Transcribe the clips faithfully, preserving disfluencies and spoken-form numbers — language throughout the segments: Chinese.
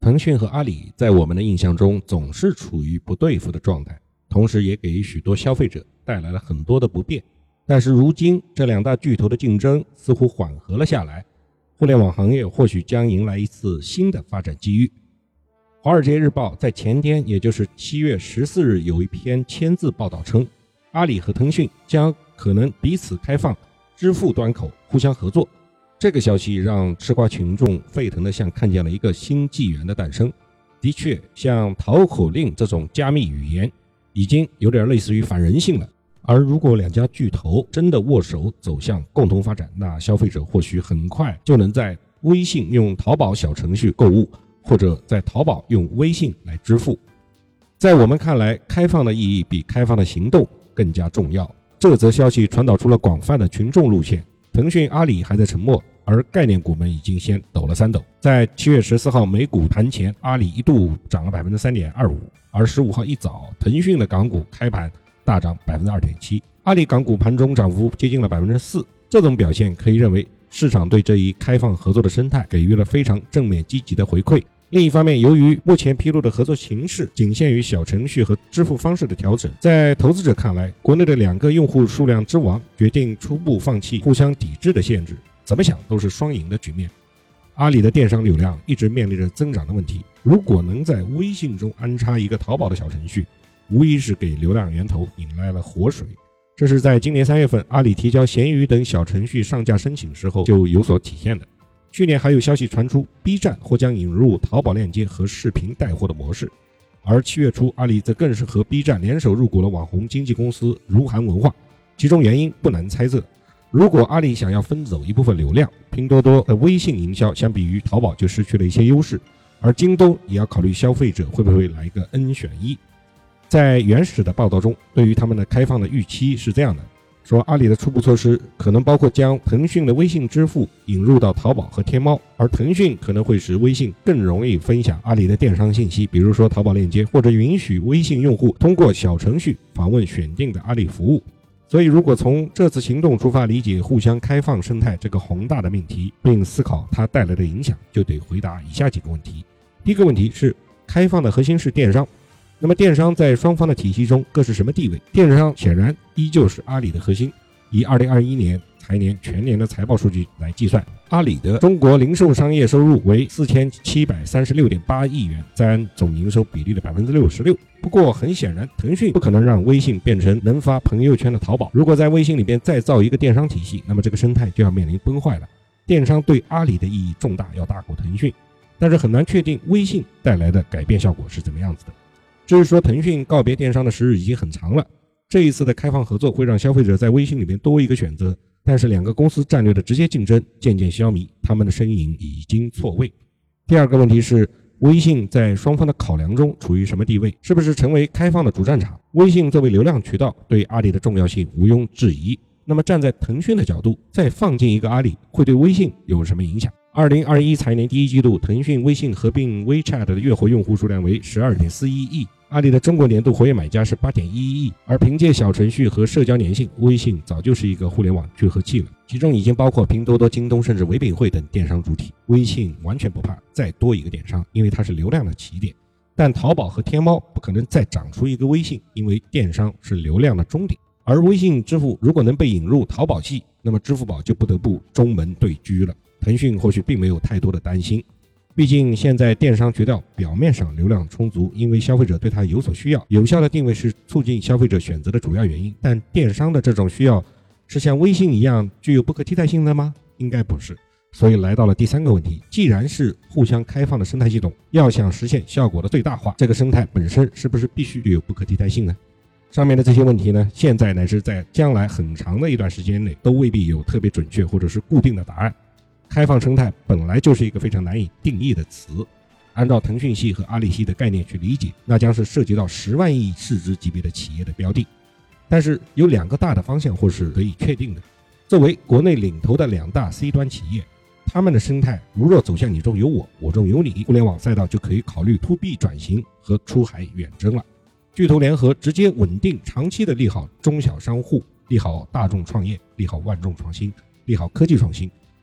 腾讯和阿里在我们的印象中总是处于不对付的状态，同时也给许多消费者带来了很多的不便。但是如今这两大巨头的竞争似乎缓和了下来，互联网行业或许将迎来一次新的发展机遇。华尔街日报在前天，也就是七月十四日有一篇签字报道称，阿里和腾讯将可能彼此开放支付端口，互相合作。这个消息让吃瓜群众沸腾的像看见了一个新纪元的诞生。的确，像淘口令这种加密语言已经有点类似于反人性了。而如果两家巨头真的握手走向共同发展，那消费者或许很快就能在微信用淘宝小程序购物，或者在淘宝用微信来支付。在我们看来，开放的意义比开放的行动更加重要。这则消息传导出了广泛的群众路线，腾讯、阿里还在沉默，而概念股们已经先抖了三抖。在七月十四号美股盘前，阿里一度涨了 百分之三点二五， 而十五号一早，腾讯的港股开盘大涨 百分之二点七， 阿里港股盘中涨幅接近了 百分之四。 这种表现可以认为市场对这一开放合作的生态给予了非常正面积极的回馈。另一方面，由于目前披露的合作形式仅限于小程序和支付方式的调整，在投资者看来，国内的两个用户数量之王决定初步放弃互相抵制的限制，怎么想都是双赢的局面。阿里的电商流量一直面临着增长的问题，如果能在微信中安插一个淘宝的小程序，无疑是给流量源头引来了活水。这是在今年三月份阿里提交闲鱼等小程序上架申请时候就有所体现的。去年还有消息传出 B 站或将引入淘宝链接和视频带货的模式，而七月初阿里则更是和 B 站联手入股了网红经纪公司如涵文化，其中原因不难猜测。如果阿里想要分走一部分流量，拼多多的微信营销相比于淘宝就失去了一些优势，而京东也要考虑消费者会不会来一个 N 选一。在原始的报道中，对于他们的开放的预期是这样的，说阿里的初步措施可能包括将腾讯的微信支付引入到淘宝和天猫，而腾讯可能会使微信更容易分享阿里的电商信息，比如说淘宝链接，或者允许微信用户通过小程序访问选定的阿里服务。所以如果从这次行动出发理解互相开放生态这个宏大的命题，并思考它带来的影响，就得回答以下几个问题。第一个问题是，开放的核心是电商，那么电商在双方的体系中各是什么地位？电商显然依旧是阿里的核心。以二零二一年财年全年的财报数据来计算，阿里的中国零售商业收入为四千七百三十六点八亿元，占总营收比例的 百分之六十六。 不过很显然，腾讯不可能让微信变成能发朋友圈的淘宝，如果在微信里边再造一个电商体系，那么这个生态就要面临崩坏了。电商对阿里的意义重大，要大过腾讯，但是很难确定微信带来的改变效果是怎么样子的。至于说腾讯告别电商的时日已经很长了，这一次的开放合作会让消费者在微信里面多一个选择，但是两个公司战略的直接竞争渐渐消弭，他们的身影已经错位。第二个问题是，微信在双方的考量中处于什么地位？是不是成为开放的主战场？微信作为流量渠道对阿里的重要性毋庸置疑，那么站在腾讯的角度，再放进一个阿里会对微信有什么影响？二零二一财年第一季度，腾讯微信合并 WeChat 的月活用户数量为 十二点四一亿，阿里的中国年度活跃买家是 八点一一亿，而凭借小程序和社交粘性，微信早就是一个互联网聚合器了，其中已经包括拼多多、京东甚至唯品会等电商主体。微信完全不怕再多一个电商，因为它是流量的起点，但淘宝和天猫不可能再长出一个微信，因为电商是流量的终点。而微信支付如果能被引入淘宝系，那么支付宝就不得不中门对狙了。腾讯或许并没有太多的担心，毕竟现在电商渠道表面上流量充足，因为消费者对它有所需要，有效的定位是促进消费者选择的主要原因。但电商的这种需要是像微信一样具有不可替代性的吗？应该不是。所以来到了第三个问题，既然是互相开放的生态系统，要想实现效果的最大化，这个生态本身是不是必须具有不可替代性呢？上面的这些问题呢，现在乃至在将来很长的一段时间内都未必有特别准确或者是固定的答案。开放生态本来就是一个非常难以定义的词，按照腾讯系和阿里系的概念去理解，那将是涉及到十万亿市值级别的企业的标的。但是有两个大的方向或是可以确定的，作为国内领头的两大 C 端企业，他们的生态如若走向你中有我，我中有你，互联网赛道就可以考虑 to B 转型和出海远征了。巨头联合直接稳定长期的利好中小商户，利好大众创业，利好万众创新，利好科技创新。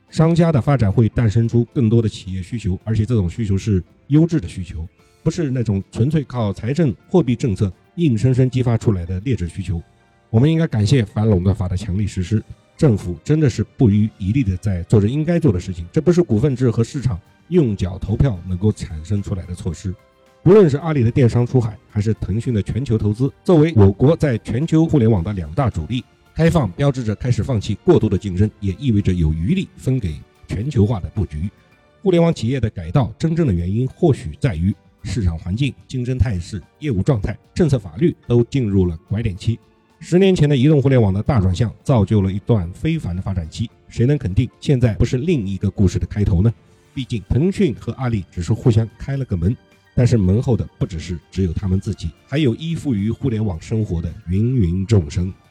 商家的发展会诞生出更多的企业需求，而且这种需求是优质的需求，不是那种纯粹靠财政货币政策硬生生激发出来的劣质需求。我们应该感谢反垄断法的强力实施，政府真的是不遗余力的在做着应该做的事情，这不是股份制和市场用脚投票能够产生出来的措施。无论是阿里的电商出海，还是腾讯的全球投资，作为我国在全球互联网的两大主力，开放标志着开始放弃过度的竞争，也意味着有余力分给全球化的布局。互联网企业的改道真正的原因或许在于市场环境、竞争态势、业务状态、政策法律都进入了拐点期。十年前的移动互联网的大转向造就了一段非凡的发展期，谁能肯定现在不是另一个故事的开头呢？毕竟腾讯和阿里只是互相开了个门，但是门后的不只是只有他们自己，还有依附于互联网生活的芸芸众生。